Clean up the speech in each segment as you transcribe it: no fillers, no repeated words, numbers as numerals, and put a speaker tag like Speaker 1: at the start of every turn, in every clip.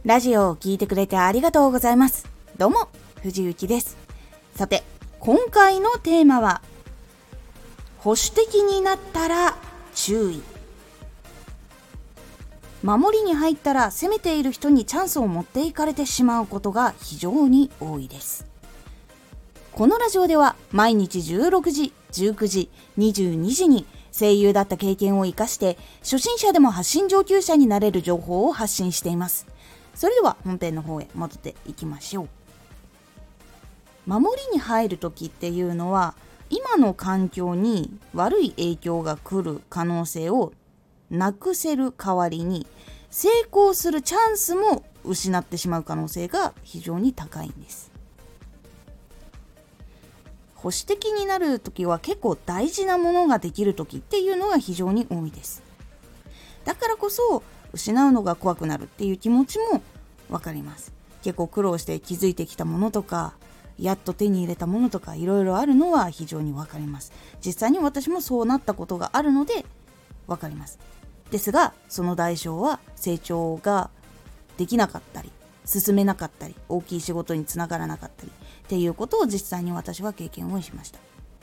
Speaker 1: ラジオを聞いてくれてありがとうございます。どうも藤幸です。さて、今回のテーマは保守的になったら注意。守りに入ったら攻めている人にチャンスを持っていかれてしまうことが非常に多いです。このラジオでは毎日16時、19時、22時に声優だった経験を生かして初心者でも発信上級者になれる情報を発信しています。それでは本編の方へ戻っていきましょう。守りに入る時っていうのは今の環境に悪い影響が来る可能性をなくせる代わりに成功するチャンスも失ってしまう可能性が非常に高いんです。保守的になる時は結構大事なものができる時っていうのが非常に多いです。だからこそ失うのが怖くなるっていう気持ちもわかります。結構苦労して気づいてきたものとかやっと手に入れたものとかいろいろあるのは非常にわかります。実際に私もそうなったことがあるのでわかります。ですがその代償は成長ができなかったり進めなかったり大きい仕事につながらなかったりっていうことを実際に私は経験をしました。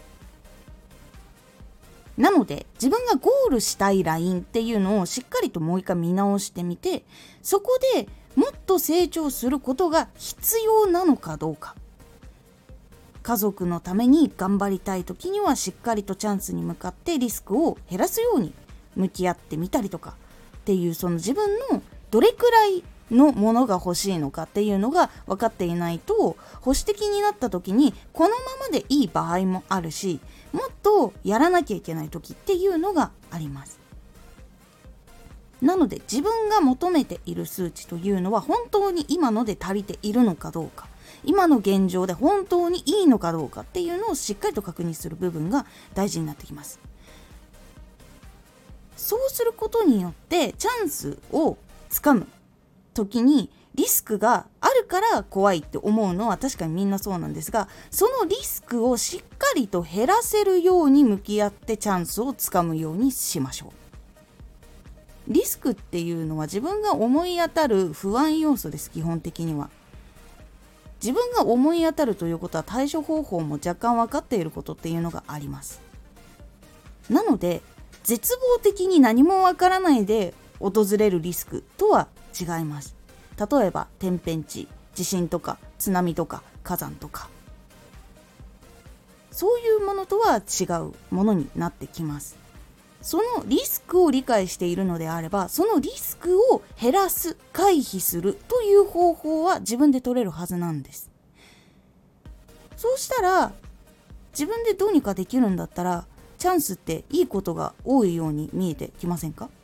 Speaker 1: なので自分がゴールしたいラインっていうのをしっかりともう一回見直してみて、そこでもっと成長することが必要なのかどうか、家族のために頑張りたい時にはしっかりとチャンスに向かってリスクを減らすように向き合ってみたりとかっていう、その自分のどれくらいのものが欲しいのかっていうのが分かっていないと、保守的になった時にこのままでいい場合もあるし、もっとやらなきゃいけない時っていうのがあります。なので自分が求めている数値というのは本当に今ので足りているのかどうか、今の現状で本当にいいのかどうかっていうのをしっかりと確認する部分が大事になってきます。そうすることによってチャンスをつかむ時にリスクがあるから怖いって思うのは確かにみんなそうなんですが、そのリスクをしっかりと減らせるように向き合ってチャンスをつかむようにしましょう。リスクっていうのは自分が思い当たる不安要素です。基本的には自分が思い当たるということは対処方法も若干分かっていることっていうのがあります。なので絶望的に何も分からないで訪れるリスクとは違います。例えば天変地、地震とか津波とか火山とか、そういうものとは違うものになってきます。そのリスクを理解しているのであれば、そのリスクを減らす、回避するという方法は自分で取れるはずなんです。そうしたら自分でどうにかできるんだったら、チャンスっていいことが多いように見えてきませんか？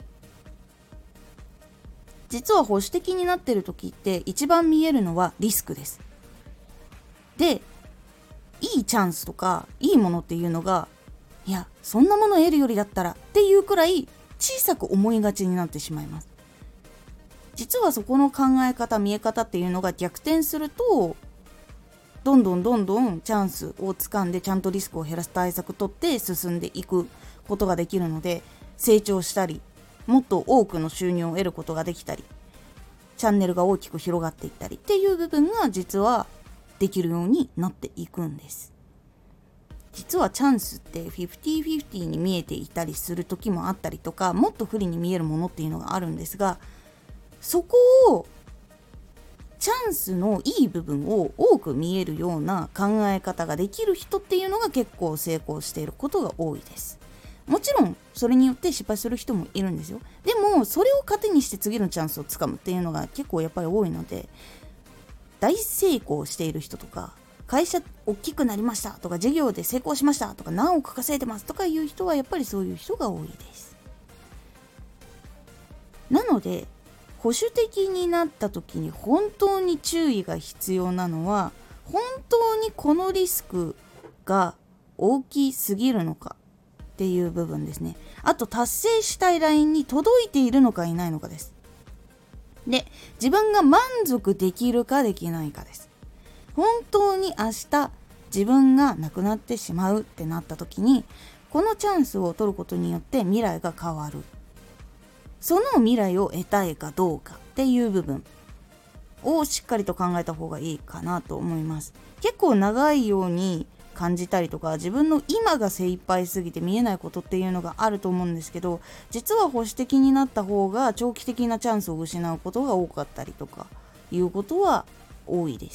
Speaker 1: 実は保守的になっている時って一番見えるのはリスクです。で、いいチャンスとかいいものっていうのが、いやそんなもの得るよりだったらっていうくらい小さく思いがちになってしまいます。実はそこの考え方、見え方っていうのが逆転すると、どんどんチャンスをつかんでちゃんとリスクを減らす対策を取って進んでいくことができるので、成長したりもっと多くの収入を得ることができたり、チャンネルが大きく広がっていったりっていう部分が実はできるようになっていくんです。実はチャンスって50-50に見えていたりする時もあったりとか、もっと不利に見えるものっていうのがあるんですが、そこをチャンスのいい部分を多く見えるような考え方ができる人っていうのが結構成功していることが多いです。もちろんそれによって失敗する人もいるんですよ。でもそれを糧にして次のチャンスをつかむっていうのが結構やっぱり多いので、大成功している人とか、会社大きくなりましたとか、事業で成功しましたとか、何億稼いでますとかいう人はやっぱりそういう人が多いです。なので保守的になった時に本当に注意が必要なのは、本当にこのリスクが大きすぎるのかっていう部分ですね。あと達成したいラインに届いているのかいないのかです。で、自分が満足できるかできないかです。本当に明日自分が亡くなってしまうってなった時に、このチャンスを取ることによって未来が変わる、その未来を得たいかどうかっていう部分をしっかりと考えた方がいいかなと思います。結構長いように感じたりとか、自分の今が精一杯すぎて見えないことっていうのがあると思うんですけど、実は保守的になった方が長期的なチャンスを失うことが多かったりとかいうことは多いです。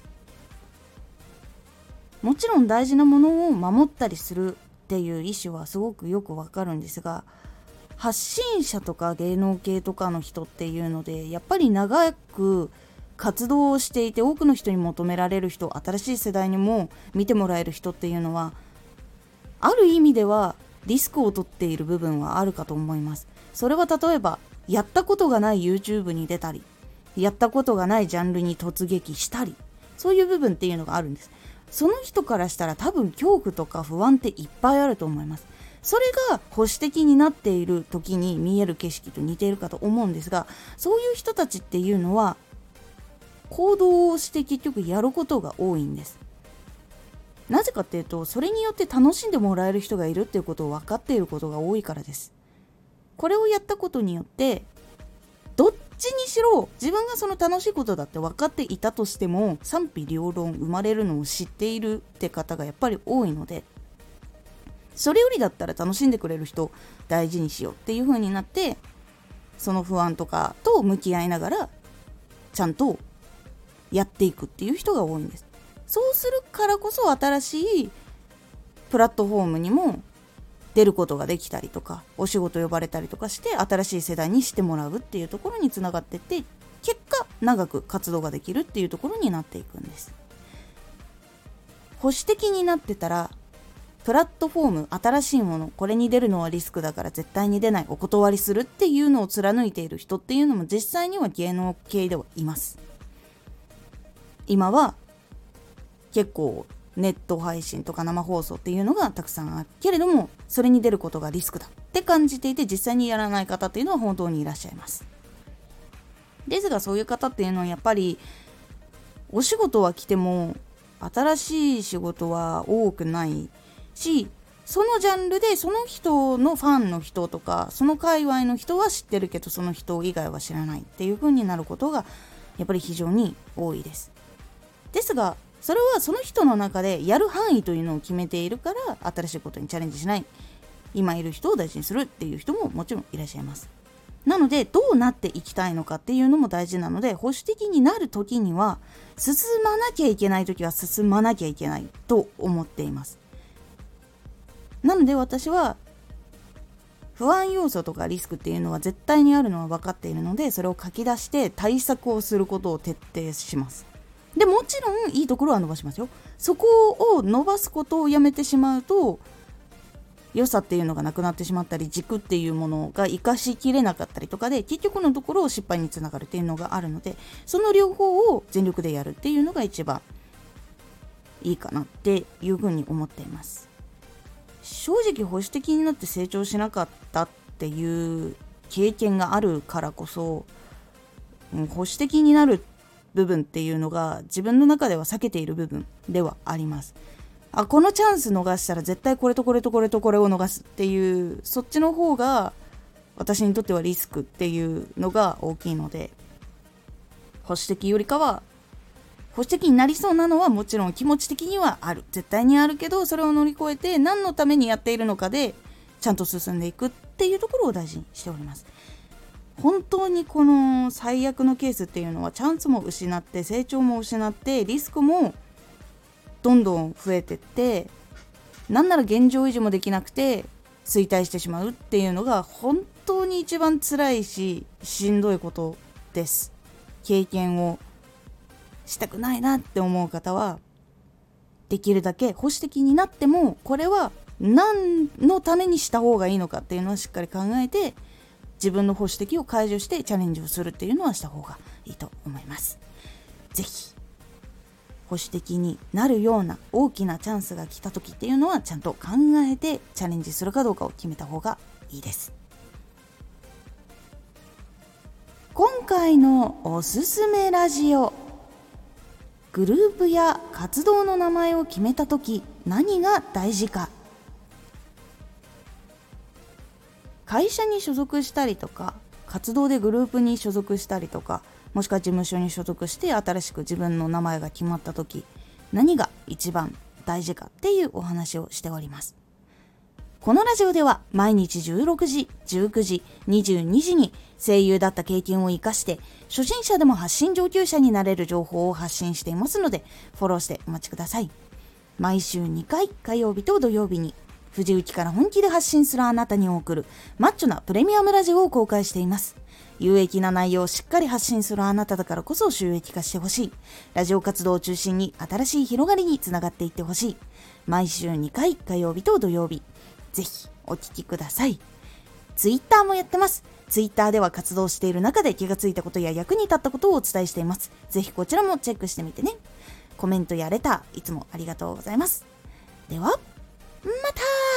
Speaker 1: もちろん大事なものを守ったりするっていう意思はすごくよくわかるんですが、発信者とか芸能系とかの人っていうので、やっぱり長く活動をしていて多くの人に求められる人、新しい世代にも見てもらえる人っていうのは、ある意味ではリスクを取っている部分はあるかと思います。それは例えばやったことがない YouTube に出たり、やったことがないジャンルに突撃したり、そういう部分っていうのがあるんです。その人からしたら多分恐怖とか不安っていっぱいあると思います。それが保守的になっている時に見える景色と似ているかと思うんですが、そういう人たちっていうのは行動をして結局やることが多いんです。なぜかっていうと、それによって楽しんでもらえる人がいるっていうことを分かっていることが多いからです。これをやったことによって、どっちにしろ自分がその楽しいことだって分かっていたとしても賛否両論生まれるのを知っているって方がやっぱり多いので、それよりだったら楽しんでくれる人を大事にしようっていう風になって、その不安とかと向き合いながらちゃんとやっていくっていう人が多いんです。そうするからこそ新しいプラットフォームにも出ることができたりとか、お仕事呼ばれたりとかして新しい世代にしてもらうっていうところにつながってって、結果長く活動ができるっていうところになっていくんです。保守的になってたら、プラットフォーム、新しいもの、これに出るのはリスクだから絶対に出ない、お断りするっていうのを貫いている人っていうのも実際には芸能系ではいます。今は結構ネット配信とか生放送っていうのがたくさんあるけれども、それに出ることがリスクだって感じていて実際にやらない方っていうのは本当にいらっしゃいます。ですがそういう方っていうのはやっぱりお仕事は来ても新しい仕事は多くないし、そのジャンルでその人のファンの人とかその界隈の人は知ってるけどその人以外は知らないっていう風になることがやっぱり非常に多いです。ですがそれはその人の中でやる範囲というのを決めているから新しいことにチャレンジしない、今いる人を大事にするっていう人ももちろんいらっしゃいます。なのでどうなっていきたいのかっていうのも大事なので、保守的になる時には進まなきゃいけない時は進まなきゃいけないと思っています。なので私は不安要素とかリスクっていうのは絶対にあるのは分かっているので、それを書き出して対策をすることを徹底します。でもちろんいいところは伸ばしますよ。そこを伸ばすことをやめてしまうと良さっていうのがなくなってしまったり、軸っていうものが生かしきれなかったりとかで結局のところ失敗につながるっていうのがあるので、その両方を全力でやるっていうのが一番いいかなっていうふうに思っています。正直保守的になって成長しなかったっていう経験があるからこそ、保守的になる部分っていうのが自分の中では避けている部分ではあります。このチャンス逃したら絶対これとこれとこれとこれを逃すっていう、そっちの方が私にとってはリスクっていうのが大きいので、保守的よりかは保守的になりそうなのはもちろん気持ち的にはある、絶対にあるけど、それを乗り越えて何のためにやっているのかでちゃんと進んでいくっていうところを大事にしております。本当にこの最悪のケースっていうのはチャンスも失って成長も失ってリスクもどんどん増えてって、なんなら現状維持もできなくて衰退してしまうっていうのが本当に一番辛いししんどいことです。経験をしたくないなって思う方はできるだけ保守的になってもこれは何のためにした方がいいのかっていうのをしっかり考えて、自分の保守的を解除してチャレンジをするっていうのはした方がいいと思います。ぜひ保守的になるような大きなチャンスが来た時っていうのはちゃんと考えてチャレンジするかどうかを決めた方がいいです。今回のおすすめラジオ、グループや活動の名前を決めた時何が大事か。会社に所属したりとか活動でグループに所属したりとかもしくは事務所に所属して新しく自分の名前が決まった時、何が一番大事かっていうお話をしております。このラジオでは毎日16時、19時、22時に声優だった経験を生かして初心者でも発信上級者になれる情報を発信していますので、フォローしてお待ちください。毎週2回、火曜日と土曜日に藤雪から本気で発信するあなたに送るマッチョなプレミアムラジオを公開しています。有益な内容をしっかり発信するあなただからこそ収益化してほしい。ラジオ活動を中心に新しい広がりにつながっていってほしい。毎週2回、火曜日と土曜日、ぜひお聞きください。ツイッターもやってます。ツイッターでは活動している中で気がついたことや役に立ったことをお伝えしています。ぜひこちらもチェックしてみてね。コメントやレターいつもありがとうございます。ではまた。